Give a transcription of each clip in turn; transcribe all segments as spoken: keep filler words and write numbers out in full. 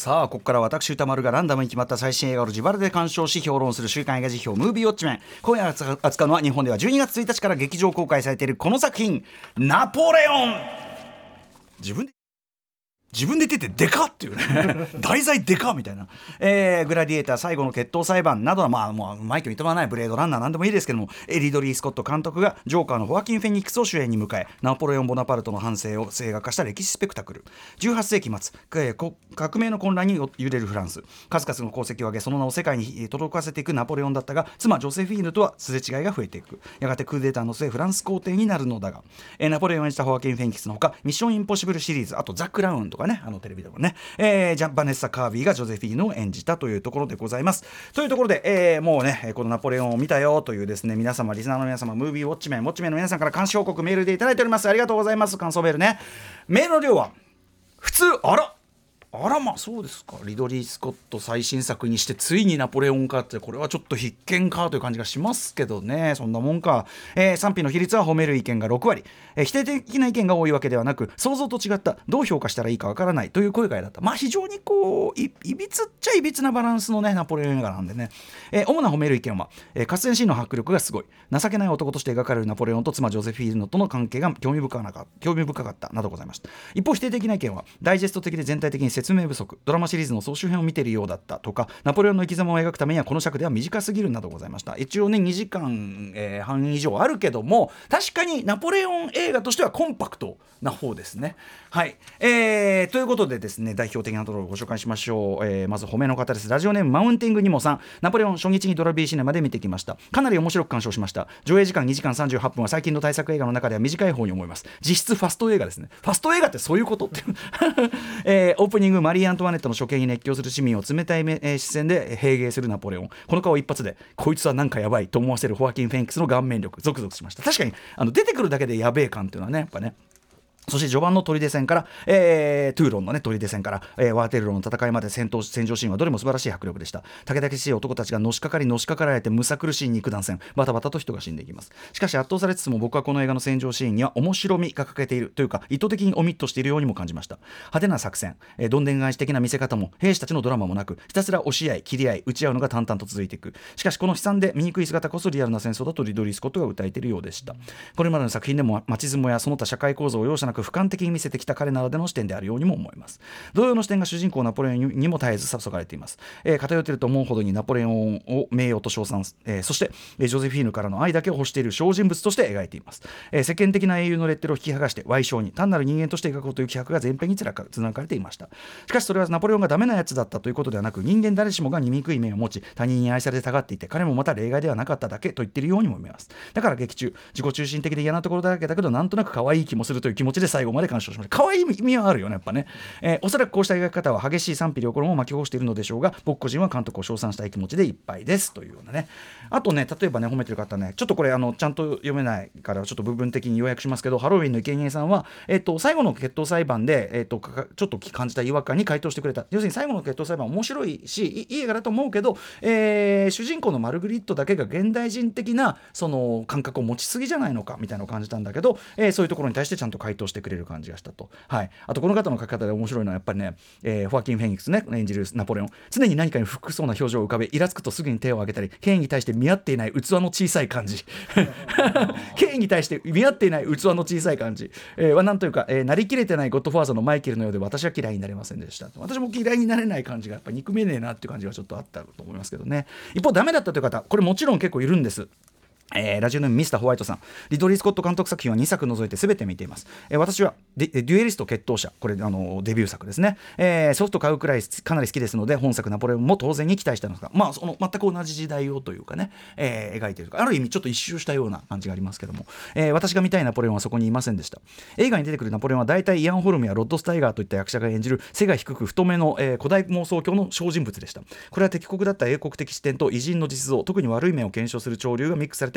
さあここから私歌丸がランダムに決まった最新映画を自腹で鑑賞し評論する週刊映画辞表ムービーウォッチメン。今夜扱うのは日本ではじゅうにがつついたちから劇場公開されているこの作品、ナポレオン。自分で自分で言っててデカっていうね題材デカみたいな、えー、グラディエーター最後の決闘裁判などは、まあ、もうマイク認めないブレードランナーなんでもいいですけども、リドリー・スコット監督がジョーカーのホアキン・フェニックスを主演に迎え、ナポレオン・ボナパルトの反省を映画化した歴史スペクタクル。じゅうはっせいき末、えー、革命の混乱に揺れるフランス、数々の功績を上げその名を世界に届かせていくナポレオンだったが、妻ジョセフィーヌとはすれ違いが増えていく。やがてクーデターの末フランス皇帝になるのだが、えー、ナポレオンを演じたホアキン・フェニックスのほか、ミッション・インポッシブルシリーズ、あとザ・クラウンとかね、あのテレビでもね、えー、ジャンバネッサ・カービーがジョゼフィーヌを演じたというところでございます。というところで、えー、もうねこのナポレオンを見たよというですね、皆様リスナーの皆様、ムービーウォッチメンウォッチメンの皆さんから監視報告メールでいただいております。ありがとうございます。感想メールね。メールの量は普通、あらあらまあそうですか。リドリー・スコット最新作にしてついにナポレオンかって、これはちょっと必見かという感じがしますけどね。そんなもんか、えー、賛否の比率は褒める意見がろくわり、えー、否定的な意見が多いわけではなく、想像と違ったどう評価したらいいかわからないという声がだった。まあ非常にこう い, いびつっちゃいびつなバランスのねナポレオン映画なんでね、えー、主な褒める意見は、えー、合戦シーンの迫力がすごい、情けない男として描かれるナポレオンと妻ジョゼフィーヌとの関係が興味深かった興味深かったなどございました。一方否定的な意見は、ダイジェスト的で全体的に説明不足、ドラマシリーズの総集編を見ているようだったとか、ナポレオンの生き様を描くためにはこの尺では短すぎるなどございました。一応ねにじかん、えー、半以上あるけども、確かにナポレオン映画としてはコンパクトな方ですね。はい、えー、ということでですね、代表的なところをご紹介しましょう。えー、まず褒めの方です。ラジオネームマウンティングニモさん。ナポレオン初日にドラビーシネマで見てきました。かなり面白く鑑賞しました。上映時間にじかんさんじゅうはっぷんは最近の大作映画の中では短い方に思います。実質ファスト映画ですね。ファスト映画ってそういうことって、えー、オープニングマリー・アントワネットの処刑に熱狂する市民を冷たい、えー、視線で併芸するナポレオン。この顔一発でこいつはなんかやばいと思わせるホアキン・フェニックスの顔面力、ゾクゾクしました。確かにあの出てくるだけでやべえ感っていうのはね、やっぱね。そして序盤の砦戦から、えー、トゥーロンのね砦戦から、えー、ワーテルローの戦いまで戦闘戦場シーンはどれも素晴らしい迫力でした。武々しい男たちがのしかかりのしかかられてむさ苦しい肉弾戦、バタバタと人が死んでいきます。しかし圧倒されつつも、僕はこの映画の戦場シーンには面白みが欠けているというか、意図的にオミットしているようにも感じました。派手な作戦、えー、どんでん返し的な見せ方も兵士たちのドラマもなく、ひたすら押し合い切り合い打ち合うのが淡々と続いていく。しかしこの悲惨で醜い姿こそリアルな戦争だとリドリー・スコットが訴えているようでした。これまでの作品でも街相撲やその他社会構造を容赦なく俯瞰的に見せてきた彼ならでの視点であるようにも思います。同様の視点が主人公ナポレオンにも絶えず注がれています。えー、偏っていると思うほどにナポレオンを名誉と称賛、えー、そして、えー、ジョゼフィーヌからの愛だけを欲している小人物として描いています。えー、世間的な英雄のレッテルを引き剥がして矮小に単なる人間として描こうという気迫が前編につらかつながれていました。しかしそれはナポレオンがダメなやつだったということではなく、人間誰しもが醜い面を持ち他人に愛されてたがっていて、彼もまた例外ではなかっただけと言っているようにも見えます。だから劇中自己中心的で嫌なところだらけだけど、なんとなく可愛い気もするという気持ちで最後まで鑑賞しました。可愛い意味はあるよねやっぱね。えー、おそらくこうした描き方は激しい賛否両論を巻き起こしているのでしょうが、僕個人は監督を称賛したい気持ちでいっぱいですというようなね。あとね、例えばね褒めてる方ね、ちょっとこれあのちゃんと読めないからちょっと部分的に要約しますけど、ハロウィンの生贄さんは、えー、と最後の決闘裁判で、えー、とちょっと感じた違和感に回答してくれた。要するに最後の決闘裁判面白いしいい映画だと思うけど、えー、主人公のマルグリットだけが現代人的なその感覚を持ちすぎじゃないのかみたいなのを感じたんだけど、えー、そういうところに対してちゃんと回答してくれる感じがしたと。はい、あとこの方の書き方で面白いのはやっぱりね、えー、ホアキン・フェニックスね演じるナポレオン、常に何かに不服そうな表情を浮かべ、イラつくとすぐに手を挙げたり、権威に対して見合っていない器の小さい感じ権威に対して見合っていない器の小さい感じ、えー、はなんというか、えー、なりきれてないゴッドファーザーのマイケルのようで私は嫌いになれませんでした。私も嫌いになれない感じがやっぱ憎めねえなっていう感じがちょっとあったと思いますけどね。一方ダメだったという方、これもちろん結構いるんです。えー、ラジオネームミスターホワイトさん。リドリー・スコット監督作品はにさく除いて全て見ています。えー、私はデュエリスト決闘者、これあのデビュー作ですね、えー、ソフト買うくらいかなり好きですので、本作ナポレオンも当然に期待したのですが、まあその全く同じ時代をというかね、えー、描いているか、ある意味ちょっと一周したような感じがありますけども、えー、私が見たいナポレオンはそこにいませんでした。映画に出てくるナポレオンは大体イアン・ホルムやロッド・スタイガーといった役者が演じる背が低く太めの、えー、古代妄想郷の小人物でした。これは敵国だった英国的視点と偉人の実像、特に悪い面を検証する潮流がミックスされて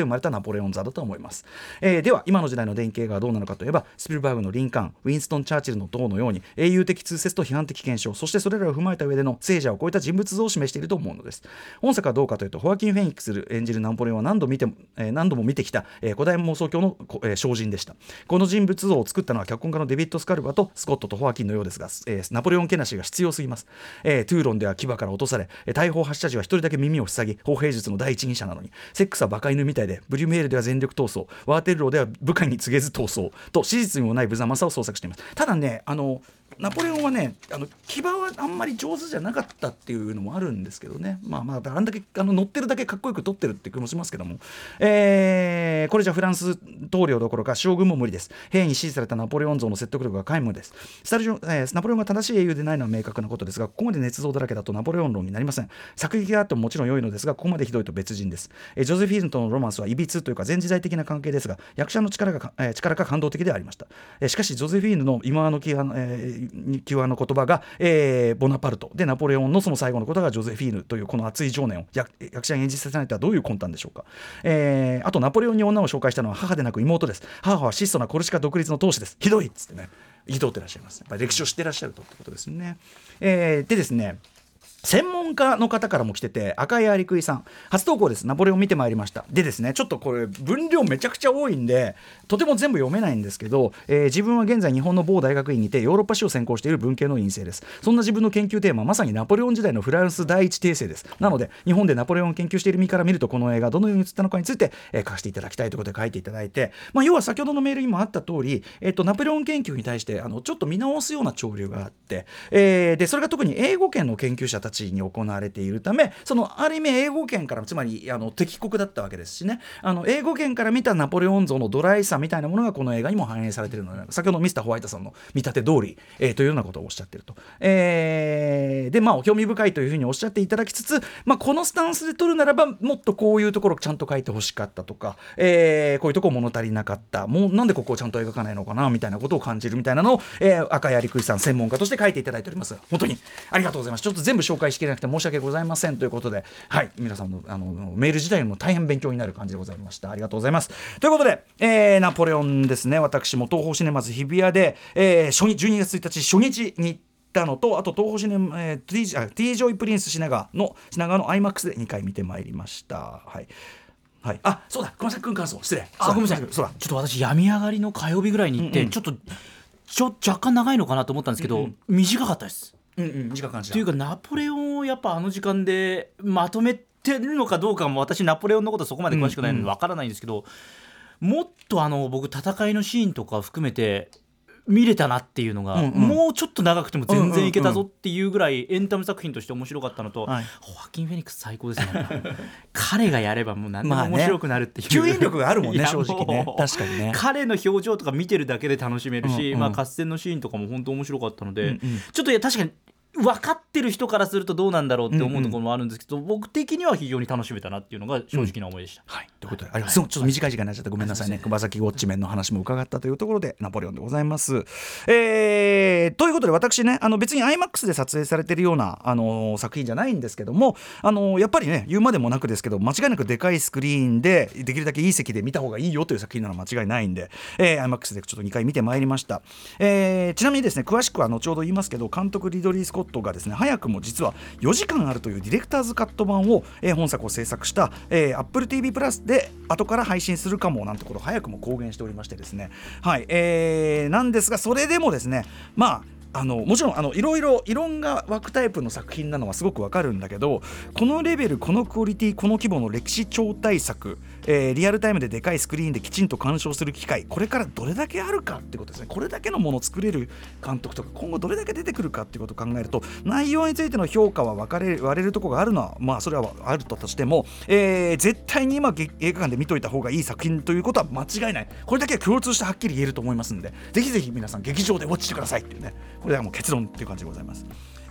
生まれたナポレオン座だと思います。えー、では今の時代の典型がどうなのかといえば、スピルバーグのリンカーン、ウィンストン・チャーチルの塔のように英雄的通説と批判的検証、そしてそれらを踏まえた上での聖者を超えた人物像を示していると思うのです。本作はどうかというと、ホアキン・フェニックス演じるナポレオンは何度見ても、えー、何度も見てきた、えー、古代妄想郷の、えー、精進でした。この人物像を作ったのは脚本家のデビッド・スカルバとスコットとホアキンのようですが、えー、ナポレオン家なしが必要すぎます。えー、トゥーロンでは牙から落とされ、大砲発射時は一人だけ耳を塞ぎ、砲兵術の第一人者なのに、セックスはバカ犬みたいで、ブリュメールでは全力闘争、ワーテルローでは部下に告げず闘争と史実にもない無様さを創作しています。ただね、あのナポレオンはね、あの騎馬はあんまり上手じゃなかったっていうのもあるんですけどね、まあまああんだけあの乗ってるだけかっこよく撮ってるって気もしますけども、えー、これじゃフランス統領どころか将軍も無理です。兵に支持されたナポレオン像の説得力が皆無です。スタルジョ、えー、ナポレオンが正しい英雄でないのは明確なことですが、ここまで捏造だらけだとナポレオン論になりません。作劇があってももちろん良いのですが、ここまでひどいと別人です。えー、ジョゼフィーヌとのロマンスはいびつというか前時代的な関係ですが、役者の力が、えー、力が感動的でありました。えー、しかしジョゼフィーヌの今の際の、えー、際の言葉が、えー、ボナパルトで、ナポレオンのその最後のことがジョゼフィーヌというこの熱い情念を 役, 役者に演じさせないとはどういう魂胆でしょうか。えー、あとナポレオンに女を紹介したのは母でなく妹です。母は質素なコルシカ独立の当主です。ひどいっつってね、憤ってらっしゃいます。やっぱり歴史を知ってらっしゃるとってことですね。えー、でですね、専門家の方からも来てて、赤井有久井さん初投稿です。ナポレオン見てまいりました。でですね、ちょっとこれ分量めちゃくちゃ多いんでとても全部読めないんですけど、えー、自分は現在日本の某大学院にてヨーロッパ史を専攻している文系の院生です。そんな自分の研究テーマはまさにナポレオン時代のフランス第一帝政です。なので日本でナポレオンを研究している身から見ると、この映画どのように映ったのかについて、えー、書かせていただきたいということで書いていただいて、まあ、要は先ほどのメールにもあった通り、えー、とナポレオン研究に対してあのちょっと見直すような潮流があって、えー、でそれが特に英語圏の研究者たちに行われているため、そのある意味英語圏から、つまりあの敵国だったわけですしね、あの英語圏から見たナポレオン像のドライさみたいなものがこの映画にも反映されているので、先ほどミスターホワイトさんの見立て通り、えー、というようなことをおっしゃっていると、えー、でまあ興味深いというふうにおっしゃっていただきつつ、まあ、このスタンスで撮るならばもっとこういうところをちゃんと書いてほしかったとか、えー、こういうところ物足りなかった、もうなんでここをちゃんと描かないのかなみたいなことを感じるみたいなのを、えー、赤井有久井さん専門家として書いていただいております。本当にありがとうございます。ちょっと全部紹介しきれなくて申し訳ございませんということで、はい、皆さんの、あのメール自体も大変勉強になる感じでございました。ありがとうございます。ということで、えー、ナポレオンですね、私も東宝シネマズ日比谷で、えー、初日じゅうにがつついたち初日に行ったのと、あと東宝シネマ、えー、T, T ジョイプリンス品川の品川の アイマックス でにかい見てまいりました。はいはい、あ、そうだ、熊崎くん感想失礼。 あ、ごめんなさい。そうだ、ちょっと私病み上がりの火曜日ぐらいに行って、うんうん、ちょっとちょ若干長いのかなと思ったんですけど、うんうん、短かったです。 うんうん、短く感じた。 というかナポレオンをやっぱあの時間でまとめてるのかどうかも、私ナポレオンのことそこまで詳しくないのでわからないんですけど、うんうん、もっとあの僕戦いのシーンとか含めて見れたなっていうのが、うんうん、もうちょっと長くても全然いけたぞっていうぐらいエンタメ作品として面白かったのと、はい、ホアキン・フェニックス最高ですね彼がやればもう何でも面白くなるっていう、 まあね、吸引力があるもんね正直ね。確かにね、 彼の表情とか見てるだけで楽しめるし、うんうん、まあ、合戦のシーンとかも本当面白かったので、うんうん、ちょっといや確かに分かってる人からするとどうなんだろうって思うところもあるんですけど、うんうん、僕的には非常に楽しめたなっていうのが正直な思いでした、うん、はい、ということで、ありがとうございます。ちょっと短い時間になっちゃってごめんなさいね。熊崎ウォッチメンの話も伺ったというところでナポレオンでございます。えー、ということで私ね、あの別に アイマックス で撮影されてるような、あのー、作品じゃないんですけども、あのー、やっぱりね言うまでもなくですけど、間違いなくでかいスクリーンでできるだけいい席で見た方がいいよという作品なのは間違いないんで、えー、アイマックス でちょっとにかい見てまいりました。えー、ちなみにですね、詳しくは後ほど言いますけど、監督リドリー・スコットがですね、早くも実はよじかんあるというディレクターズカット版を、えー、本作を制作した、えー、Apple ティーブイ プラスで後から配信するかもなんてことを早くも公言しておりましてですね、はい、えー、なんですがそれでもですね、まああのもちろんあのいろいろ異論が湧くタイプの作品なのはすごくわかるんだけど、このレベル、このクオリティ、この規模の歴史超大作、えー、リアルタイムででかいスクリーンできちんと鑑賞する機会、これからどれだけあるかってことですね。これだけのものを作れる監督とか今後どれだけ出てくるかっていうことを考えると、内容についての評価は分かれ割れるところがあるのはまあそれはあるとしても、えー、絶対に今映画館で見といた方がいい作品ということは間違いない。これだけは共通してはっきり言えると思いますんで、ぜひぜひ皆さん劇場でウォッチしてくださいっていうね、これはもう結論っていう感じでございます。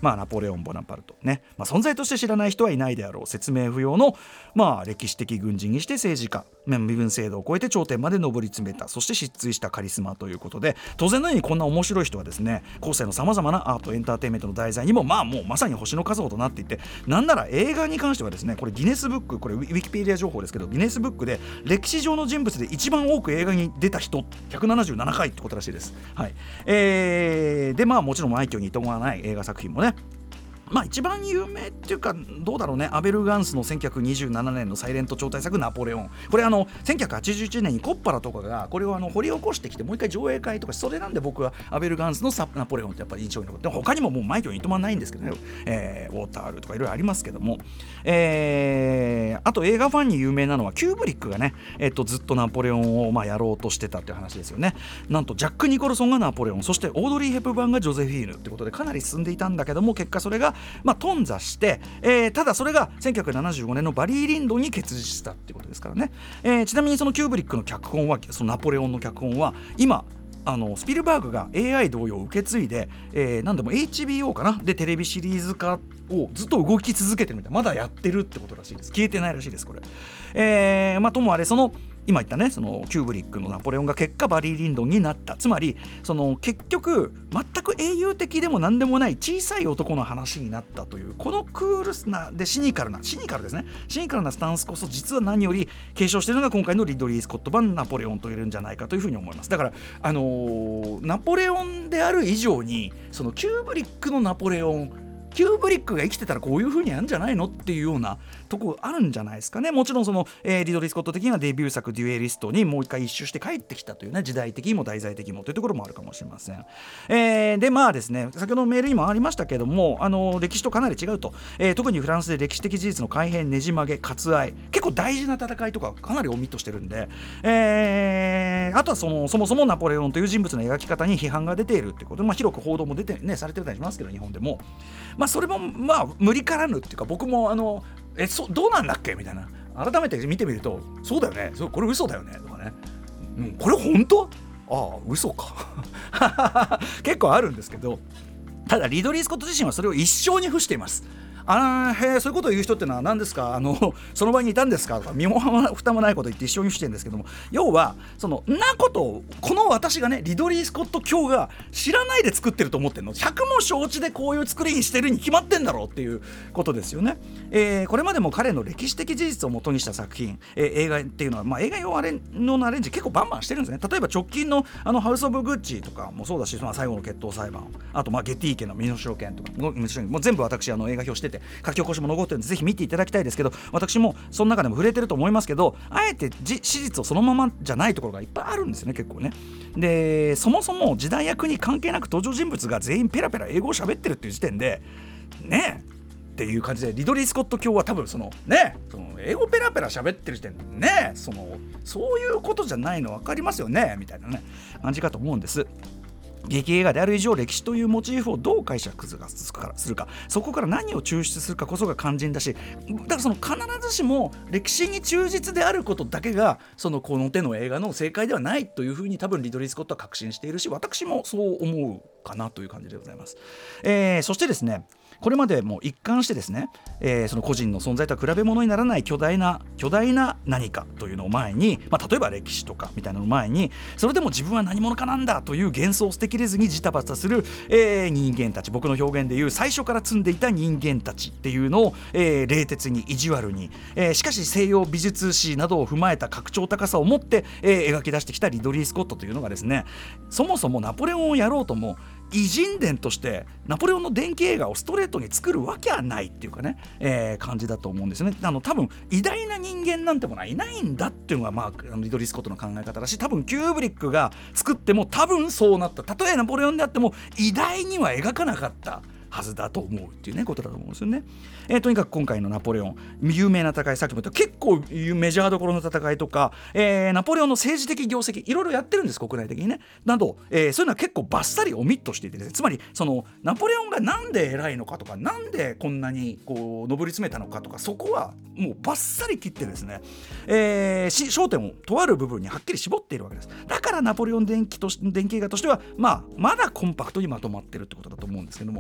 まあ、ナポレオン・ボナパルトね、まあ、存在として知らない人はいないであろう説明不要の、まあ、歴史的軍人にして政治家、身分制度を超えて頂点まで上り詰めた、そして失墜したカリスマということで、当然のようにこんな面白い人はですね、後世のさまざまなアートエンターテインメントの題材にもまあもうまさに星の数ほどなっていて、なんなら映画に関してはですね、これギネスブック、これウィキペディア情報ですけど、ギネスブックで歴史上の人物で一番多く映画に出た人ひゃくななじゅうななかいってことらしいです。はい、えー、でまあもちろん愛嬌に伴わない映画作品もね、まあ一番有名っていうかどうだろうね、アベルガンスのせんきゅうひゃくにじゅうななねんのサイレント超大作ナポレオン、これあのせんきゅうひゃくはちじゅういちねんにコッパラとかがこれをあの掘り起こしてきてもう一回上映会とか、それなんで僕はアベルガンスのサナポレオンってやっぱり印象に残って、他にももう枚挙にとまないんですけどね、えー、ウォータールとかいろいろありますけども、えー、あと映画ファンに有名なのはキューブリックがね、えー、とずっとナポレオンをまあやろうとしてたっていう話ですよね。なんとジャック・ニコルソンがナポレオン、そしてオードリー・ヘプバーンがジョゼフィーヌってことでかなり進んでいたんだけども、結果それがまあ頓挫して、えー、ただそれがせんきゅうひゃくななじゅうごねんのバリー・リンドンに結実したっていうことですからね、えー、ちなみにそのキューブリックの脚本は、そのナポレオンの脚本は今あのスピルバーグが エーアイ 同様受け継いで、えー、何でも エイチビーオー かなでテレビシリーズ化をずっと動き続けてるみたいな、まだやってるってことらしいです。消えてないらしいですこれ、えー、まあともあれその今言ったね、そのキューブリックのナポレオンが結果バリー・リンドンになった。つまりその結局全く英雄的でも何でもない小さい男の話になったという、このクールなでシニカルなシニカルですねシニカルなスタンスこそ実は何より継承しているのが今回のリドリー・スコット版ナポレオンと言えるんじゃないかというふうに思います。だからあのー、ナポレオンである以上にそのキューブリックのナポレオン、キューブリックが生きてたらこういう風にやるんじゃないのっていうようなとこあるんじゃないですかね。もちろんその、えー、リドリー・スコット的にはデビュー作デュエリストにもう一回一周して帰ってきたというね、時代的にも題材的にもというところもあるかもしれません。えー、でまあですね、先ほどのメールにもありましたけども、あの歴史とかなり違うと、えー、特にフランスで歴史的事実の改変、ねじ曲げ、割愛、結構大事な戦いとかかなりオミットしてるんで、えー、あとはそのそもそもナポレオンという人物の描き方に批判が出ているってことで、まあ、広く報道も出て、ね、されてたりしますけど日本でも、まあ、それもまあ無理からぬっていうか、僕もあのえそどうなんだっけみたいな、改めて見てみるとそうだよね、そこれ嘘だよねとかね、うん、これ本当ああ嘘か結構あるんですけど、ただリドリー・スコット自身はそれを一生に付しています。あーへそういうことを言う人ってのは何ですか、あのその場にいたんですかとか身も蓋もないことを言って一緒にしてるんですけども、要はそのなことをこの私がねリドリー・スコット教が知らないで作ってると思ってんの、百も承知でこういう作りにしてるに決まってんだろうっていうことですよね。えー、これまでも彼の歴史的事実を元にした作品、えー、映画っていうのは、まあ、映画用アレンのアレンジ結構バンバンしてるんですね。例えば直近のあのハウス・オブ・グッチとかもそうだし、まあ、最後の決闘裁判、あとまあゲティ家の身代権とかもう全部私あの映画表してて書き起こしも残ってるんでぜひ見ていただきたいですけど、私もその中でも触れてると思いますけど、あえてじ史実をそのままじゃないところがいっぱいあるんですよね、結構ね。でそもそも時代役に関係なく登場人物が全員ペラペラ英語を喋ってるっていう時点でねえっていう感じで、リドリー・スコット教は多分そのねその英語ペラペラ喋ってる時点でねそのそういうことじゃないの分かりますよねみたいなね感じかと思うんです。劇映画である以上、歴史というモチーフをどう解釈するか、そこから何を抽出するかこそが肝心だし、だからその必ずしも歴史に忠実であることだけがそのこの手の映画の正解ではないというふうに多分リドリー・スコットは確信しているし、私もそう思うかなという感じでございます。えー、そしてですね、これまでも一貫してですね、えー、その個人の存在とは比べ物にならない巨大な巨大な何かというのを前に、まあ、例えば歴史とかみたいなのを前に、それでも自分は何者かなんだという幻想を捨てきれずにジタバタする、えー、人間たち、僕の表現でいう最初から積んでいた人間たちっていうのを、えー、冷徹に意地悪に、えー、しかし西洋美術史などを踏まえた格調高さを持って、えー、描き出してきたリドリー・スコットというのがですね、そもそもナポレオンをやろうとも偉人伝としてナポレオンの伝記映画をストレートに作るわけはないっていうかね、えー、感じだと思うんですね。あの多分偉大な人間なんてものはいないんだっていうのが、まあ、リドリー・スコットの考え方だし、多分キューブリックが作っても多分そうなった。たとえナポレオンであっても偉大には描かなかったはずだと思うっていうねことだと思うんですよね。えー、とにかく今回のナポレオン、有名な戦い、さっきも言った結構メジャーどころの戦いとか、えー、ナポレオンの政治的業績いろいろやってるんです、国内的にね。など、えー、そういうのは結構バッサリオミットしていてですね、つまりそのナポレオンがなんで偉いのかとか、なんでこんなにこう上り詰めたのかとか、そこはもうバッサリ切ってですね、えー、焦点をとある部分にはっきり絞っているわけです。だからナポレオン伝記とし伝記映画としては、まあ、まだコンパクトにまとまってるってことだと思うんですけども、じゃあ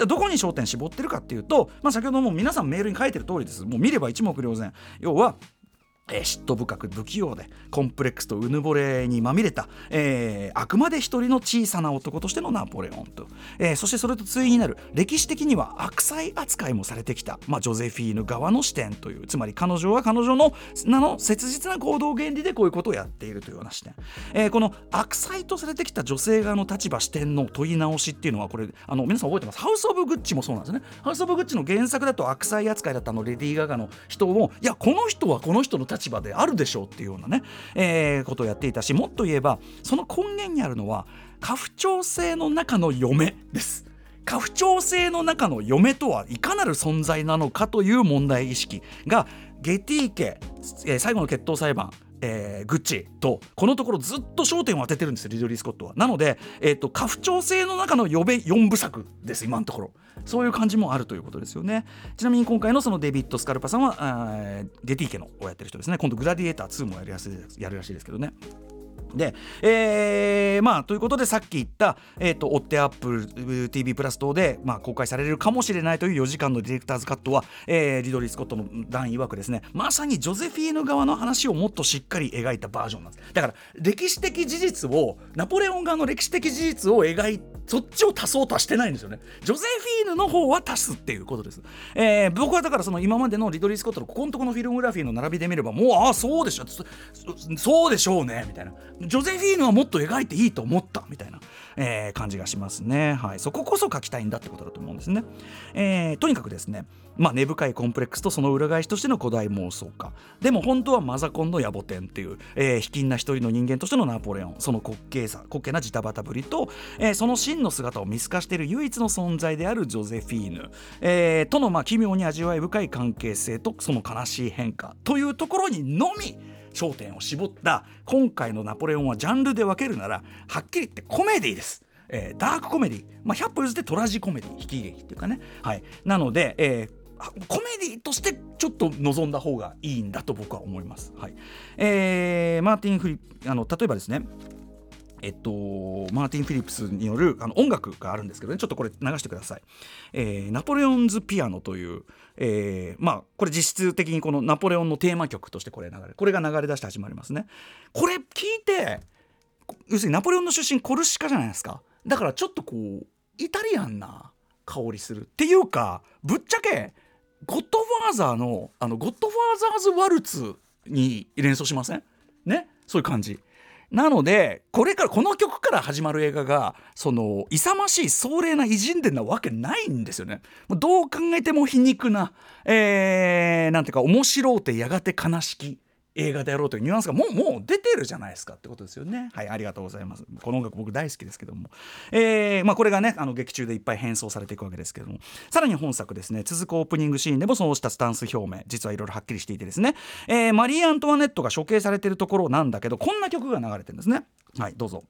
どこに焦点絞ってるかっていうと、まあ、先ほども皆さんメールに書いてる通りです。もう見れば一目瞭然。要はえー、嫉妬深く不器用でコンプレックスとうぬぼれにまみれた、えー、あくまで一人の小さな男としてのナポレオンと、えー、そしてそれと対になる歴史的には悪妻扱いもされてきた、まあ、ジョゼフィーヌ側の視点という、つまり彼女は彼女のなの切実な行動原理でこういうことをやっているというような視点、えー、この悪妻とされてきた女性側の立場視点の問い直しっていうのは、これあの皆さん覚えてます。ハウス・オブ・グッチもそうなんですね。ハウス・オブ・グッチの原作だと悪妻扱いだったのレディー・ガガの人も、いやこの人はこの人の立場であるでしょうっていうようなね、えー、ことをやっていたし、もっと言えばその根源にあるのは家父長制の中の嫁です。家父長制の中の嫁とはいかなる存在なのかという問題意識がゲティ家、えー、最後の決闘裁判、えー、グッチとこのところずっと焦点を当ててるんですよ、リドリー・スコットは。なので、えーと、家父長制の中の嫁よんぶ作です今のところ。そういう感じもあるということですよね。ちなみに今回のそのデビッド・スカルパさんはゲティ家のをやってる人ですね。今度グラディエーターツーもやるらしいです、やるらしいですけどね。で、えー、まあということでさっき言った、えー、と追ってアップル ティーブイ プラス等で、まあ、公開されるかもしれないというよじかんのディレクターズカットは、えー、リドリー・スコットの談曰くですね、まさにジョゼフィーヌ側の話をもっとしっかり描いたバージョンなんです。だから歴史的事実をナポレオン側の歴史的事実を描いそっちを足そうとはしてないんですよね。ジョゼフィーヌの方は足すっていうことです。えー、僕はだからその今までのリドリー・スコットのここのところのフィルムグラフィーの並びで見ればもうああそうでしょそそうでしょうねみたいな、ジョゼフィーヌはもっと描いていいと思ったみたいな、えー、感じがしますね。はい、そここそ書きたいんだってことだと思うんですね。えー、とにかくですね、まあ、根深いコンプレックスとその裏返しとしての古代妄想家でも本当はマザコンの野暮天っていう、えー、卑近な一人の人間としてのナポレオン、その滑稽さ滑稽なジタバタぶりと、えー、その真の姿を見透かしている唯一の存在であるジョゼフィーヌ、えー、とのまあ奇妙に味わい深い関係性とその悲しい変化というところにのみ焦点を絞った今回のナポレオンはジャンルで分けるならはっきり言ってコメディです。えー、ダークコメディ、まあ、ひゃっぽ譲ってトラジコメディ、悲喜劇っていうかね、はい、なので、えーコメディとしてちょっと望んだ方がいいんだと僕は思います。はい、えー、マーティン・フリあの例えばですね、えっと、マーティン・フィリップスによるあの音楽があるんですけどね、ちょっとこれ流してください。えー、ナポレオンズ・ピアノという、えー、まあこれ実質的にこのナポレオンのテーマ曲としてこれ流れこれが流れ出して始まりますね。これ聞いて、要するにナポレオンの出身コルシカじゃないですか。だからちょっとこうイタリアンな香りするっていうか、ぶっちゃけゴッドファーザーのあのゴッドファーザーズワルツに連想しませんね。そういう感じなので、これからこの曲から始まる映画がその勇ましい壮麗な偉人伝なわけないんですよね。どう考えても皮肉な、えー、なんていうか面白うてやがて悲しき映画であろうというニュアンスがもうもう出てるじゃないですかってことですよね。はい、ありがとうございます。この音楽僕大好きですけども、えーまあ、これがねあの劇中でいっぱい変装されていくわけですけども、さらに本作ですね、続くオープニングシーンでもそうしたスタンス表明実はいろいろはっきりしていてですね、えー、マリー・アントワネットが処刑されているところなんだけど、こんな曲が流れてるんですね。はい、どうぞ。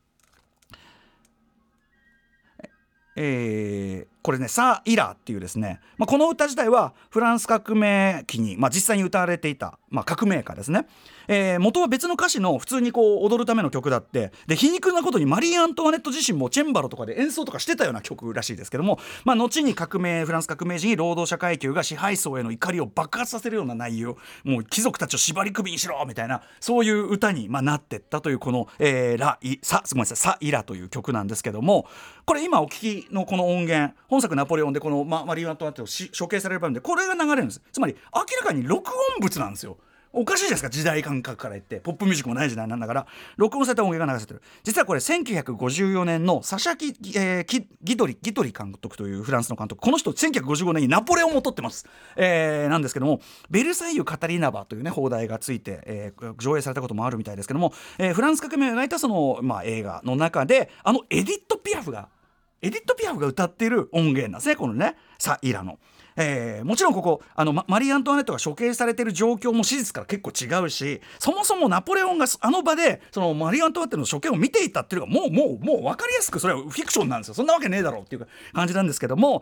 えー、これねサ・イラっていうですね、まあ、この歌自体はフランス革命期に、まあ、実際に歌われていた、まあ、革命歌ですね。えー、元は別の歌詞の普通にこう踊るための曲だって、で皮肉なことにマリー・アントワネット自身もチェンバロとかで演奏とかしてたような曲らしいですけども、まあ、後に革命フランス革命時に労働者階級が支配層への怒りを爆発させるような内容、もう貴族たちを縛り首にしろみたいなそういう歌に、まあ、なってったというこの、えー、ライサごめんなさいサ・イラという曲なんですけども、これ今お聞きのこの音源、本作ナポレオンでこの、ま、マリー・アントワネットを処刑される場面でこれが流れるんです。つまり明らかに録音物なんですよ。おかしいじゃないですか、時代感覚から言って。ポップミュージックもない時代なんだから録音された音源が流せてる。実はこれせんきゅうひゃくごじゅうよねんのサシャキ、えー、キギドリギトリ監督というフランスの監督、この人せんきゅうひゃくごじゅうごねんにナポレオンも撮ってます、えー、なんですけども、ベルサイユ・カタリナバというね放題がついて、えー、上映されたこともあるみたいですけども、えー、フランス革命を描いたその、まあ、映画の中であのエディット・ピアフがエディット・ピアフが歌っている音源なんですね、このねサ・イラの。えー、もちろんここあの、ま、マリー・アントワネットが処刑されている状況も史実から結構違うし、そもそもナポレオンがあの場でそのマリー・アントワネットの処刑を見ていたっていうのがもうもうもう分かりやすくそれはフィクションなんですよ。そんなわけねえだろうっていう感じなんですけども、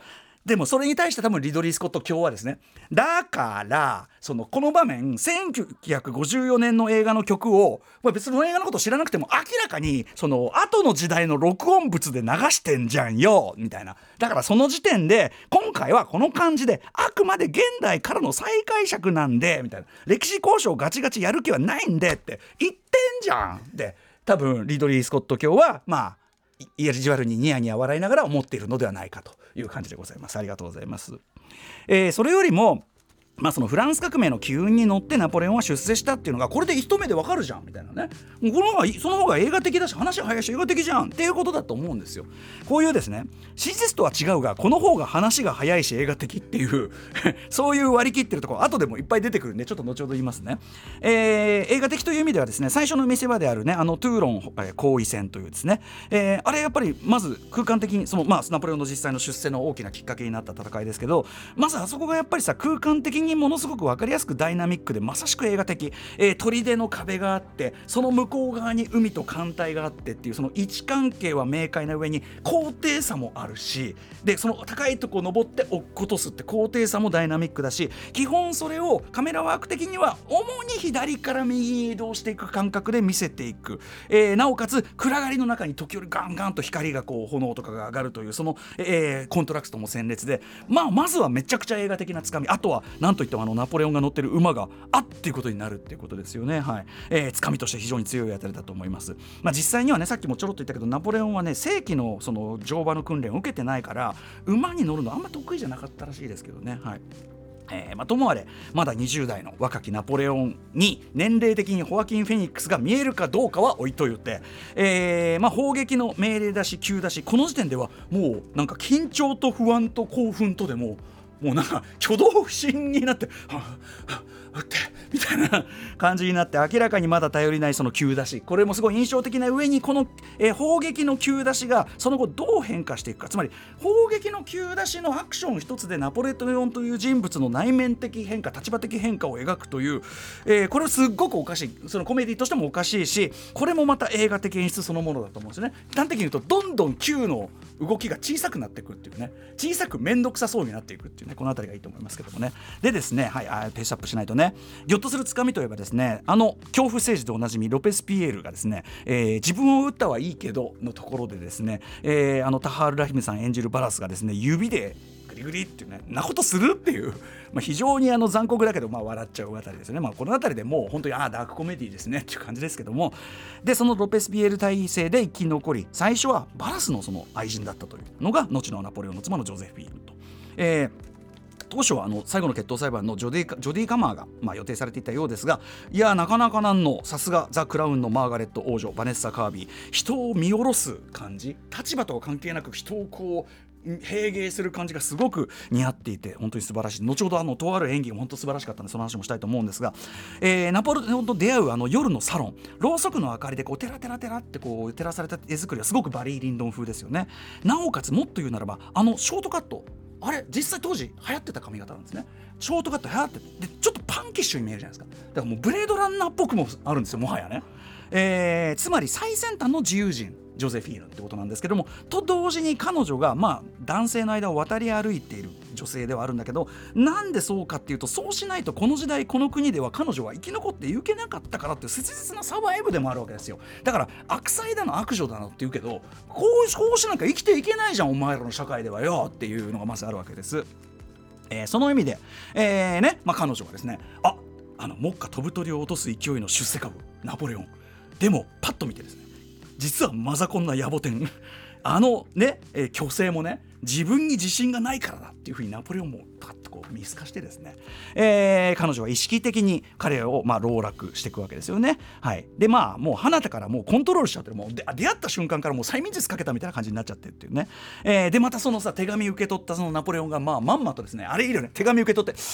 でもそれに対して多分リドリー・スコット卿はですね、だからそのこの場面せんきゅうひゃくごじゅうよねんの映画の曲を、まあ、別にその映画のこと知らなくても明らかにその後の時代の録音物で流してんじゃんよみたいな。だからその時点で今回はこの感じであくまで現代からの再解釈なんでみたいな、歴史交渉ガチガチやる気はないんでって言ってんじゃんで、多分リドリー・スコット卿はまあ意地悪にニヤニヤ笑いながら思っているのではないかという感じでございます。ありがとうございます。えー、それよりもまあ、そのフランス革命の機運に乗ってナポレオンは出世したっていうのがこれで一目でわかるじゃんみたいなね、この方がその方が映画的だし話は早いし映画的じゃんっていうことだと思うんですよ。こういうですね史実とは違うがこの方が話が早いし映画的っていうそういう割り切ってるところ後でもいっぱい出てくるんでちょっと後ほど言いますね。えー、映画的という意味ではですね、最初の見せ場であるねあのトゥーロン、えー、包囲戦というですね、えー、あれやっぱりまず空間的にその、まあ、ナポレオンの実際の出世の大きなきっかけになった戦いですけど、まずあそこがやっぱりさ空間的にものすごく分かりやすくダイナミックでまさしく映画的、えー、砦の壁があってその向こう側に海と艦隊があってっていうその位置関係は明快な上に高低差もあるし、でその高いとこ登って落っことすって高低差もダイナミックだし、基本それをカメラワーク的には主に左から右に移動していく感覚で見せていく、えー、なおかつ暗がりの中に時折ガンガンと光がこう炎とかが上がるというその、えー、コントラストも鮮烈で、まあ、まずはめちゃくちゃ映画的なつかみ、あとはなんといってもあのナポレオンが乗ってる馬があっていうことになるっていうことですよね。はい、えー、つかみとして非常に強いあたりだと思います。まあ、実際にはねさっきもちょろっと言ったけどナポレオンはね正規のその乗馬の訓練を受けてないから馬に乗るのあんま得意じゃなかったらしいですけどね。はい、えーまあ、ともあれまだにじゅう代の若きナポレオンに年齢的にホアキン・フェニックスが見えるかどうかは置いといて、えーまあ、砲撃の命令だし急だしこの時点ではもうなんか緊張と不安と興奮とでももうなんか挙動不審になってはぁはぁってみたいな感じになって明らかにまだ頼りないその急出し、これもすごい印象的な上にこの、えー、砲撃の急出しがその後どう変化していくか、つまり砲撃の急出しのアクション一つでナポレオンという人物の内面的変化立場的変化を描くという、えー、これはすっごくおかしい、そのコメディとしてもおかしいしこれもまた映画的演出そのものだと思うんですよね。端的に言うとどんどん急の動きが小さくなっていくっていうね、小さく面倒くさそうになっていくっていうね、このあたりがいいと思いますけどもね。でですね、はい、あペースアップしないとね、ぎょっとするつかみといえばですね、あの恐怖政治でおなじみロペスピエールがですね、えー、自分を撃ったはいいけどのところでですね、えー、あのタハール・ラヒムさん演じるバラスがですね指でグリグリっていうねなことするっていう、まあ、非常にあの残酷だけどまあ笑っちゃうあたりですね。まあ、このあたりでもう本当にああダークコメディですねっていう感じですけども、でそのロペスピエール体制で生き残り最初はバラスのその愛人だったというのが後のナポレオンの妻のジョゼフィーヌと、えー当初はあの最後の決闘裁判のジョディ、ジョディカマーが、まあ、予定されていたようですが、いやなかなかなんのさすがザ・クラウンのマーガレット王女バネッサ・カービー、人を見下ろす感じ、立場とは関係なく人をこう併芸する感じがすごく似合っていて本当に素晴らしい。後ほどあのとある演技が本当素晴らしかったのでその話もしたいと思うんですが、えー、ナポレオンと出会うあの夜のサロン、ろうそくの明かりでこうテラテラテラってこう照らされた絵作りはすごくバリー・リンドン風ですよね。なおかつもっと言うならばあのショートカット、あれ実際当時流行ってた髪型なんですね。ショートカット流行っててでちょっとパンキッシュに見えるじゃないですか。だからもうブレードランナーっぽくもあるんですよもはやね、えー、つまり最先端の自由人ジョゼフィーヌってことなんですけども、と同時に彼女がまあ男性の間を渡り歩いている女性ではあるんだけど、なんでそうかっていうとそうしないとこの時代この国では彼女は生き残っていけなかったからっていう切実なサバイブでもあるわけですよ。だから悪妻だの悪女だのって言うけどこうこうしなきゃ生きていけないじゃんお前らの社会ではよっていうのがまずあるわけです。えー、その意味で、えーねまあ、彼女はですねああの目下飛ぶ鳥を落とす勢いの出世株ナポレオンでもパッと見てですね実はマザコンな野暮天あのね、えー、虚勢もね自分に自信がないからだっていうふうにナポレオンもパッとこう見透かしてですね、えー、彼女は意識的に彼をまあ籠絡していくわけですよね。はい、でまあもう花田からもうコントロールしちゃってる、もうで出会った瞬間からもう催眠術かけたみたいな感じになっちゃってるっていうね、えー、でまたそのさ手紙受け取ったそのナポレオンがまあまんまとですねあれいいよね手紙受け取って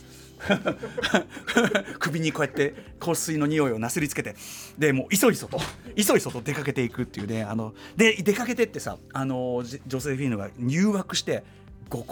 首にこうやって香水の匂いをなすりつけてでもういそいそといそいそと出かけていくっていうね、あので出かけてってさあのジョセフィーヌが誘惑してごくり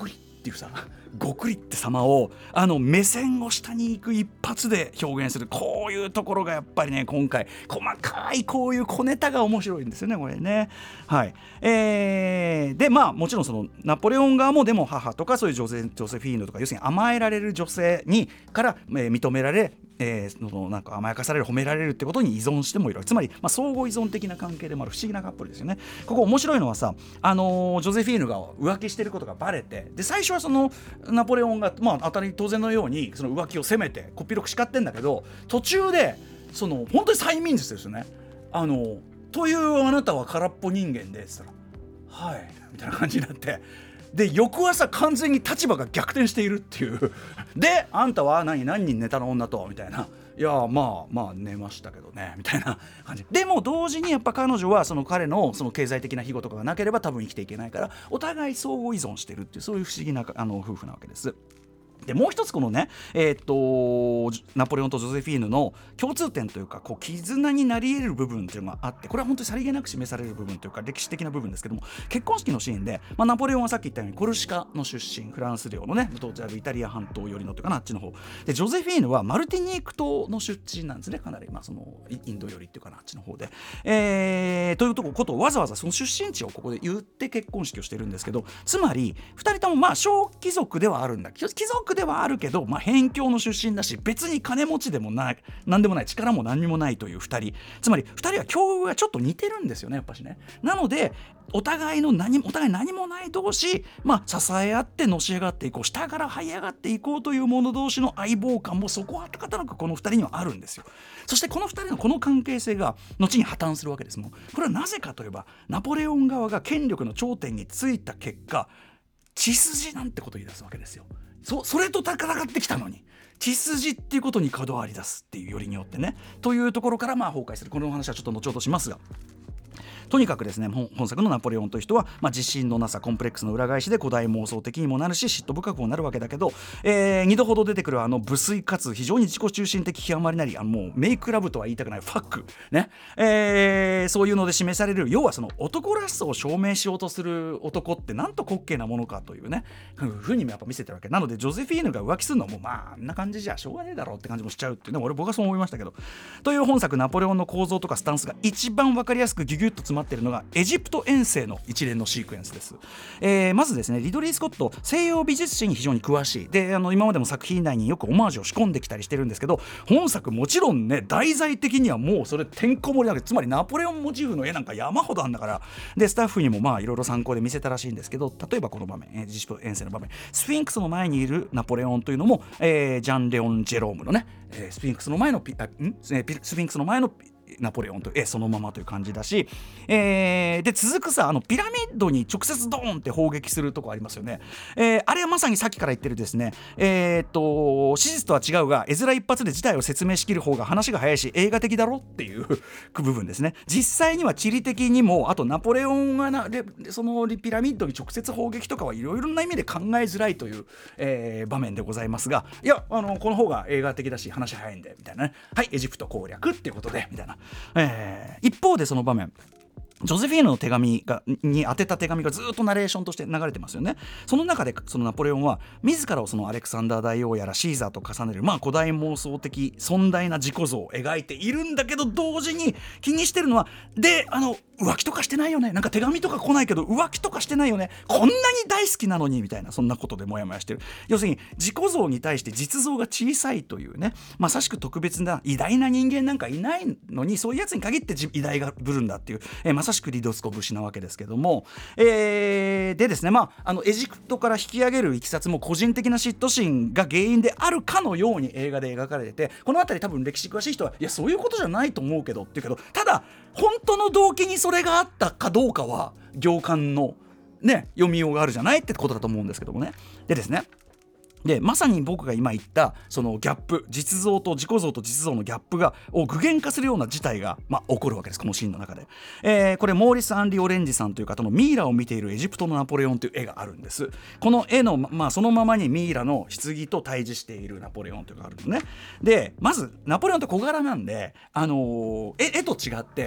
っていうさゴクリって様をあの目線を下に行く一発で表現する、こういうところがやっぱりね今回細かいこういう小ネタが面白いんですよねこれね。はい、えー、でまあもちろんそのナポレオン側もでも母とかそういうジョゼ、ジョセフィーヌとか要するに甘えられる女性にから、えー、認められえー、そのなんか甘やかされる褒められるってことに依存してもいる、つまり、まあ、相互依存的な関係でもある不思議なカップルですよね。ここ面白いのはさ、あのー、ジョゼフィーヌが浮気してることがバレて、で最初はそのナポレオンが、まあ、当たり当然のようにその浮気を責めてこっぴどく叱ってんだけど、途中でその本当に催眠術ですよね。あのというあなたは空っぽ人間でって言ったらはいみたいな感じになって、で翌朝完全に立場が逆転しているっていうであんたは何何人寝たの女とみたいな、いやまあまあ寝ましたけどねみたいな感じで、も同時にやっぱ彼女はその彼のその経済的な庇護とかがなければ多分生きていけないから、お互い相互依存してるっていう、そういう不思議なあの夫婦なわけです。でもう一つこのね、えー、っとナポレオンとジョゼフィーヌの共通点というか、こう絆になり得る部分っていうのがあって、これは本当にさりげなく示される部分というか歴史的な部分ですけども、結婚式のシーンで、まあ、ナポレオンはさっき言ったようにコルシカの出身、フランス領のね当時あるイタリア半島寄りのというかなあっちの方で、ジョゼフィーヌはマルティニーク島の出身なんですね、かなり、まあ、そのインド寄りっていうかなあっちの方で、えー、というとことをわざわざその出身地をここで言って結婚式をしてるんですけど、つまりふたりともまあ小貴族ではあるんだ、貴族ではあるけど、まあ、辺境の出身だし別に金持ちでもない何でもない力も何にもないというふたり、つまりふたりは境遇がちょっと似てるんですよねやっぱしね。なのでお互いの何お互い何もない同士、まあ、支え合ってのし上がっていこう、下から這い上がっていこうという者同士の相棒感もそこは方なくこのふたりにはあるんですよ。そしてこのふたりのこの関係性が後に破綻するわけですもん。これはなぜかといえばナポレオン側が権力の頂点についた結果、血筋なんてことを言い出すわけですよ。そ, それと戦ってきたのに血筋っていうことに角をあり出すっていうよりによってね、というところからまあ崩壊する。この話はちょっと後ほどしますが、とにかくですね 本, 本作のナポレオンという人は、まあ、自信のなさコンプレックスの裏返しで古代妄想的にもなるし嫉妬深くもなるわけだけど、えー、にどほど出てくるあの無粋かつ非常に自己中心的極まりなり、あのもうメイクラブとは言いたくないファックね、えー、そういうので示される、要はその男らしさを証明しようとする男ってなんと滑稽なものかというねふうにもやっぱ見せてるわけなので、ジョゼフィーヌが浮気するのはもうまああんな感じじゃしょうがねえだろうって感じもしちゃうっていうのも俺僕はそう思いましたけど、という本作ナポレオンの構造とかスタンスが一番分かりやすくギュギュッと詰まっているのがエジプト遠征の一連のシークエンスです。えー、まずですねリドリー・スコット西洋美術史に非常に詳しいで、あの今までも作品内によくオマージュを仕込んできたりしてるんですけど、本作もちろんね題材的にはもうそれてんこ盛りなわけ、つまりナポレオンモチーフの絵なんか山ほどあんだから、でスタッフにもまあいろいろ参考で見せたらしいんですけど、例えばこの場面、エジプト遠征の場面、スフィンクスの前にいるナポレオンというのも、えー、ジャン・レオン・ジェロームのね、えー、スフィンクスの前のピあんスフィンクスの前のナポレオンという絵そのままという感じだし、えー、で続くさあのピラミッドに直接ドーンって砲撃するとこありますよね、えー、あれはまさにさっきから言ってるですね、えー、っと史実とは違うが絵面一発で事態を説明しきる方が話が早いし映画的だろっていう部分ですね。実際には地理的にもあとナポレオンがなそのピラミッドに直接砲撃とかはいろいろな意味で考えづらいという、えー、場面でございますが、いやあのこの方が映画的だし話早いんでみたいなね、はいエジプト攻略っていうことでみたいな、えー、一方でその場面ジョゼフィーヌの手紙がに宛てた手紙がずっとナレーションとして流れてますよね。その中でそのナポレオンは自らをそのアレクサンダー大王やらシーザーと重ねる、まあ、古代妄想的尊大な自己像を描いているんだけど、同時に気にしてるのはであの浮気とかしてないよね、なんか手紙とか来ないけど浮気とかしてないよね、こんなに大好きなのにみたいな、そんなことでモヤモヤしてる。要するに自己像に対して実像が小さいというね、まさしく特別な偉大な人間なんかいないのにそういうやつに限って偉大がぶるんだっていう、えー、まさしくリドスコ節なわけですけども、えー、でですね、まあ、あのエジプトから引き上げるいきさつも個人的な嫉妬心が原因であるかのように映画で描かれてて、このあたり多分歴史詳しい人はいやそういうことじゃないと思うけどっていうけど、ただ本当の動機にそれがあったかどうかは行間のね読みようがあるじゃないってことだと思うんですけどもね。でですねでまさに僕が今言ったそのギャップ、実像と自己像と実像のギャップがを具現化するような事態が、まあ、起こるわけです、このシーンの中で、えー、これモーリス・アンリ・オレンジさんという方のミイラを見ているエジプトのナポレオンという絵があるんです。この絵の、まあ、そのままにミイラの棺と対峙しているナポレオンというのがあるのね。でまずナポレオンって小柄なんで、あのー、絵, 絵と違って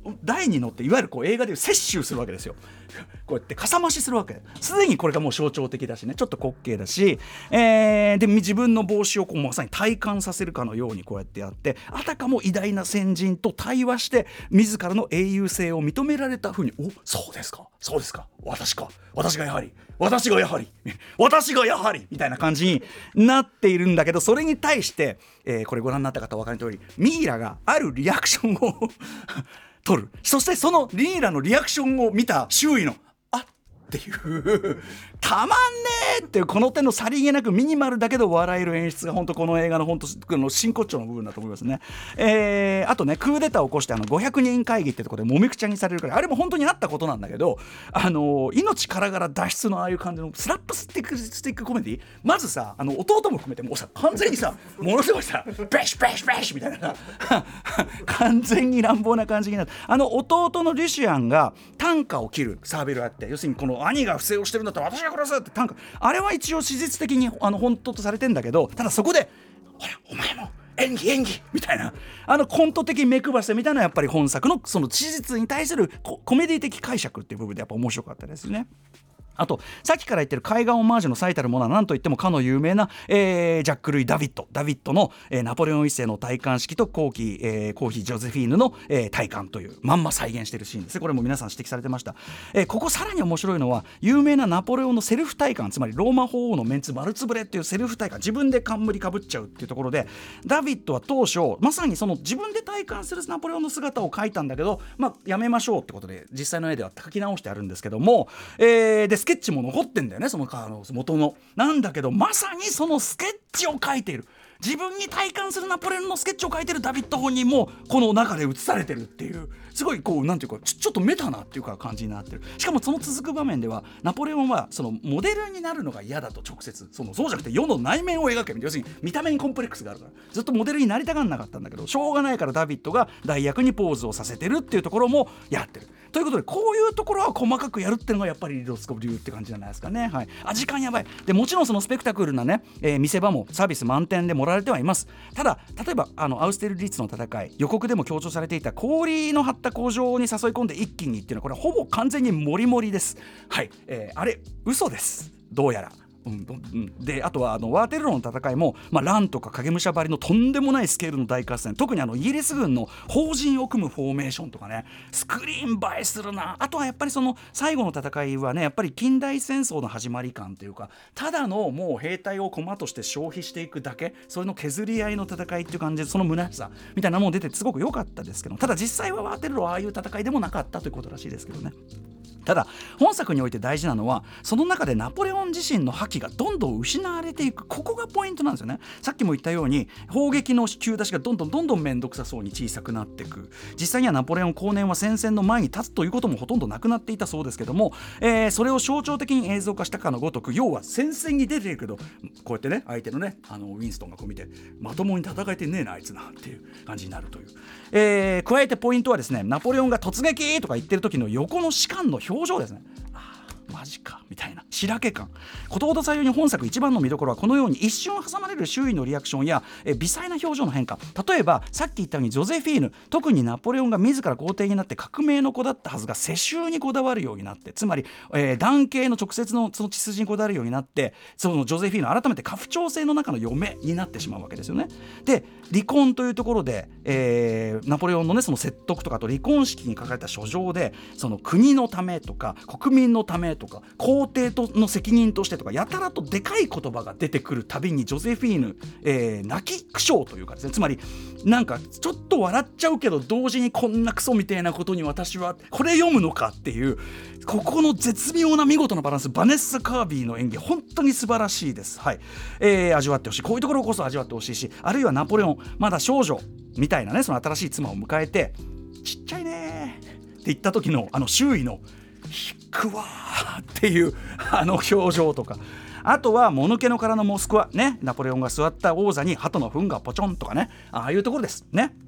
台に乗っていわゆるこう映画でいう摂取するわけですよ。こうやってかさ増しするわけ。すでにこれがもう象徴的だしね、ちょっと滑稽だし、えー、で自分の帽子をこうまさに体感させるかのようにこうやってやって、あたかも偉大な先人と対話して自らの英雄性を認められたふうに、お、そうですかそうですか、私か私がやはり私がやはり私がやはりみたいな感じになっているんだけど、それに対して、えー、これご覧になった方お分かりの通り、ミイラがあるリアクションを取る。そしてそのミイラのリアクションを見た周囲のあっていうたまんねーっていう、この点のさりげなくミニマルだけど笑える演出が本当この映画の本当の真骨頂の部分だと思いますね。えー、あとね、クーデターを起こしてあのごひゃくにん会議ってところでもみくちゃにされるから、あれも本当にあったことなんだけど、あのー、命からがら脱出のああいう感じのスラップスティックスティックコメディ、まずさ、あの弟も含めてもうさ完全にさものすごいさベシベシベシみたいな完全に乱暴な感じになって、あの弟のリシュアンが短歌を切るサーベルやって、要するにこの兄が不正をしてるんだったら私が殺すって短歌、あれは一応史実的にあの本当とされてんだけど、ただそこでほらお前も演技演技みたいな、あのコント的目配せみたいな、やっぱり本作のその史実に対する コ, コメディ的解釈っていう部分でやっぱ面白かったですね。あとさっきから言ってる海岸オマージュの最たるものは何といってもかの有名な、えー、ジャック・ルイ・ダビッドダビッドの、えー、ナポレオン一世の戴冠式と後期、えー、後妃ジョゼフィーヌの、えー、戴冠というまんま再現しているシーンですね。これも皆さん指摘されてました、えー、ここさらに面白いのは有名なナポレオンのセルフ戴冠、つまりローマ法王のメンツ丸つぶれっていうセルフ戴冠、自分で冠かぶっちゃうっていうところで、ダビッドは当初まさにその自分で戴冠するナポレオンの姿を描いたんだけど、まあやめましょうってことで実際の絵では描き直してあるんですけども、えー、でスケッチも残ってんだよね、そのあの元のなんだけど、まさにそのスケッチを描いている、自分に体感するナポレオンのスケッチを描いてるダビッド本人もこの中で映されてるっていう、すごいこうなんていうか ちょ, ちょっとメタなっていうか感じになってる。しかもその続く場面ではナポレオンはそのモデルになるのが嫌だと、直接そのそうじゃなくて世の内面を描けみたいな、要するに見た目にコンプレックスがあるからずっとモデルになりたがんなかったんだけど、しょうがないからダビッドが代役にポーズをさせてるっていうところもやってるということで、こういうところは細かくやるっていうのがやっぱりリドスコブ流って感じじゃないですかね。はい、あ時間やばい。でもちろんそのスペクタクルなね、えー、見せ場もサービス満点で盛られてはいます。ただ例えばあのアウステルリッツの戦い、予告でも強調されていた氷の張った工場に誘い込んで一気にっていうのは、これはほぼ完全にモリモリです。はい、えー、あれ嘘です、どうやら。うんうん、であとはあのワーテルローの戦いも、まあ、ランとか影武者張りのとんでもないスケールの大合戦、特にあのイギリス軍の砲陣を組むフォーメーションとかね、スクリーン映えするな。あとはやっぱりその最後の戦いはね、やっぱり近代戦争の始まり感というか、ただのもう兵隊を駒として消費していくだけ、それの削り合いの戦いっていう感じで、その虚しさみたいなもの出てすごく良かったですけど、ただ実際はワーテルローはああいう戦いでもなかったということらしいですけどね。ただ本作において大事なのは、その中でナポレオン自身の覇気がどんどん失われていく、ここがポイントなんですよね。さっきも言ったように砲撃の急出しがどんどんどんどん面倒くさそうに小さくなっていく。実際にはナポレオン後年は戦線の前に立つということもほとんどなくなっていたそうですけども、えー、それを象徴的に映像化したかのごとく、要は戦線に出ているけどこうやってね、相手のねあのウィンストンがこう見て、まともに戦えてねえなあいつなっていう感じになるという、えー、加えてポイントはですね、ナポレオンが突撃とか言ってる時の横の士官の表情ですね。マジかみたいなしらけ感、ことほど採用に本作一番の見どころはこのように一瞬挟まれる周囲のリアクションやえ微細な表情の変化。例えばさっき言ったようにジョゼフィーヌ、特にナポレオンが自ら皇帝になって革命の子だったはずが世襲にこだわるようになって、つまり、えー、男系の直接のその血筋にこだわるようになって、そのジョゼフィーヌ改めて家父長制の中の嫁になってしまうわけですよね。で離婚というところで、えー、ナポレオンのねその説得とかと離婚式に書かれた書状で、その国のためとか国民のためとか皇帝との責任としてとか、やたらとでかい言葉が出てくるたびにジョゼフィーヌ、えー、泣き苦笑というかですね、つまりなんかちょっと笑っちゃうけど同時にこんなクソみたいなことに私はこれ読むのかっていう、ここの絶妙な見事なバランス、バネッサ・カービーの演技本当に素晴らしいです。はい、えー、味わってほしい。こういうところこそ味わってほしいし、あるいはナポレオンまだ少女みたいなね、その新しい妻を迎えてちっちゃいねって言った時のあの周囲の引くわーっていうあの表情とか、あとはもぬけの殻のモスクワね、ナポレオンが座った王座に鳩の糞がポチョンとかね、ああいうところですね。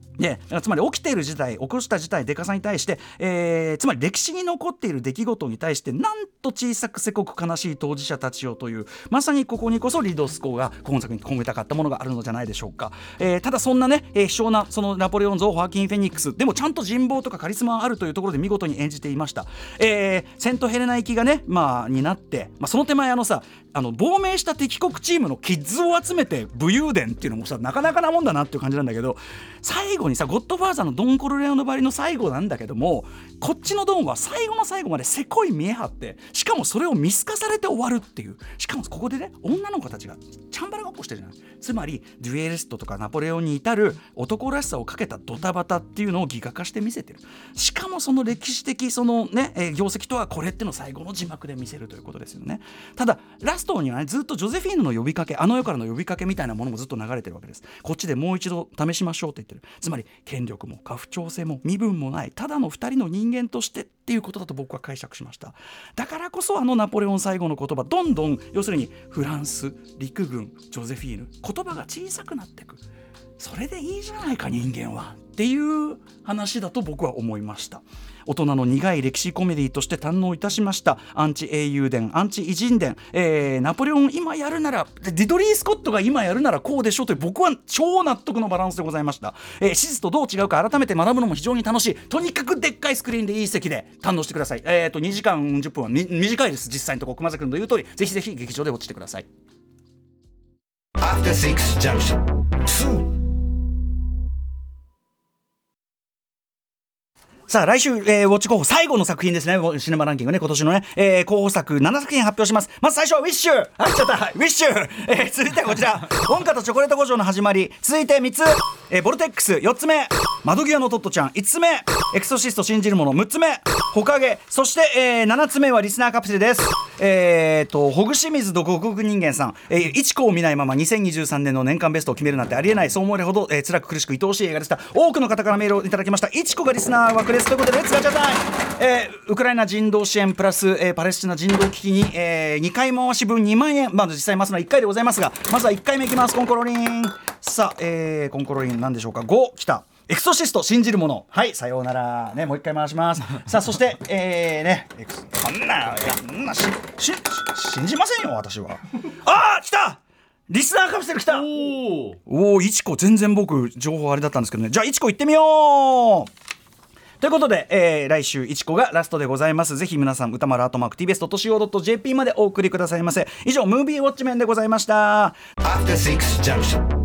でつまり起きている事態起こした事態でかさに対して、えー、つまり歴史に残っている出来事に対してなんと小さくせこく悲しい当事者たちよというまさにここにこそリドスコが今作に込めたかったものがあるのじゃないでしょうか、えー、ただそんなね、えー、希少なそのナポレオン像ホアキン・フェニックスでもちゃんと人望とかカリスマがあるというところで見事に演じていました、えー、セントヘレナ行きがね、まあ、になって、まあ、その手前あのさあの亡命した敵国チームのキッズを集めて武勇伝っていうのもさなかなかなもんだなっていう感じなんだけど最後にさゴッドファーザーのドン・コルレオのバリの最後なんだけどもこっちのドンは最後の最後までせこい見え張ってしかもそれを見透かされて終わるっていうしかもここでね女の子たちがチャンバラごっこしてるじゃないつまりデュエリストとかナポレオンに至る男らしさをかけたドタバタっていうのをギガ化して見せてるしかもその歴史的そのね、えー、業績とはこれってのを最後の字幕で見せるということですよねただラストにはねずっとジョゼフィーヌの呼びかけあの世からの呼びかけみたいなものもずっと流れてるわけですこっちでもう一度試しましょうって言ってるつまり権力も家父長制も身分もないただのふたりの人間としてっていうことだと僕は解釈しましただからこそあのナポレオン最後の言葉どんどん要するにフランス陸軍ジョゼフィーヌ言葉が小さくなっていくそれでいいじゃないか人間はっていう話だと僕は思いました大人の苦い歴史コメディとして堪能いたしましたアンチ英雄伝アンチ偉人伝、えー、ナポレオン今やるならリドリー・スコットが今やるならこうでしょという僕は超納得のバランスでございました、えー、史実とどう違うか改めて学ぶのも非常に楽しいとにかくでっかいスクリーンでいい席で堪能してください、えー、とにじかんじゅっぷんはみ短いです実際のところ熊崎君の言う通りぜひぜひ劇場で落ちてください。 After Six Junction two さあ来週、えー、ウォッチ候補最後の作品ですねシネマランキングね今年のね、えー、候補作ななさく品発表しますまず最初はウィッシュあっちゃったウィッシュ、えー、続いてはこちらウォンカとチョコレート工場の始まり続いてみっつ、えー、ボルテックスよっつめ窓際のトットちゃんいつつめエクソシスト信じる者むっつめほかげそして、えー、ななつめはリスナーカプセルですえーとほぐし水と極国人間さん、えー、一個を見ないままにせんにじゅうさんねんの年間ベストを決めるなんてありえないそう思えるほど、えー、辛く苦しく愛おしい映画でした多くの方からメールをいただきました一個がリスナー枠ですということでレッツガチャタイム、えー、ウクライナ人道支援プラス、えー、パレスチナ人道危機に、えー、にかい回し分にまんえんまあ実際回すのはいっかいでございますがまずはいっかいめいきますコンコロリンさあ、えー、コンコロリンなんでしょうかごきたエクソシスト信じる者はいさようならねもう一回回しますさあそしてえーねエクソそんないやそんなしし信じませんよ私はあー来たリスナーカプセル来たおおいちこ全然僕情報あれだったんですけどねじゃあいちこ行ってみようということで、えー、来週いちこがラストでございますぜひ皆さん歌丸アートマーク ティービーエスドットシーオードットジェーピー までお送りくださいませ以上ムービーウォッチメンでございました。 After Six Junction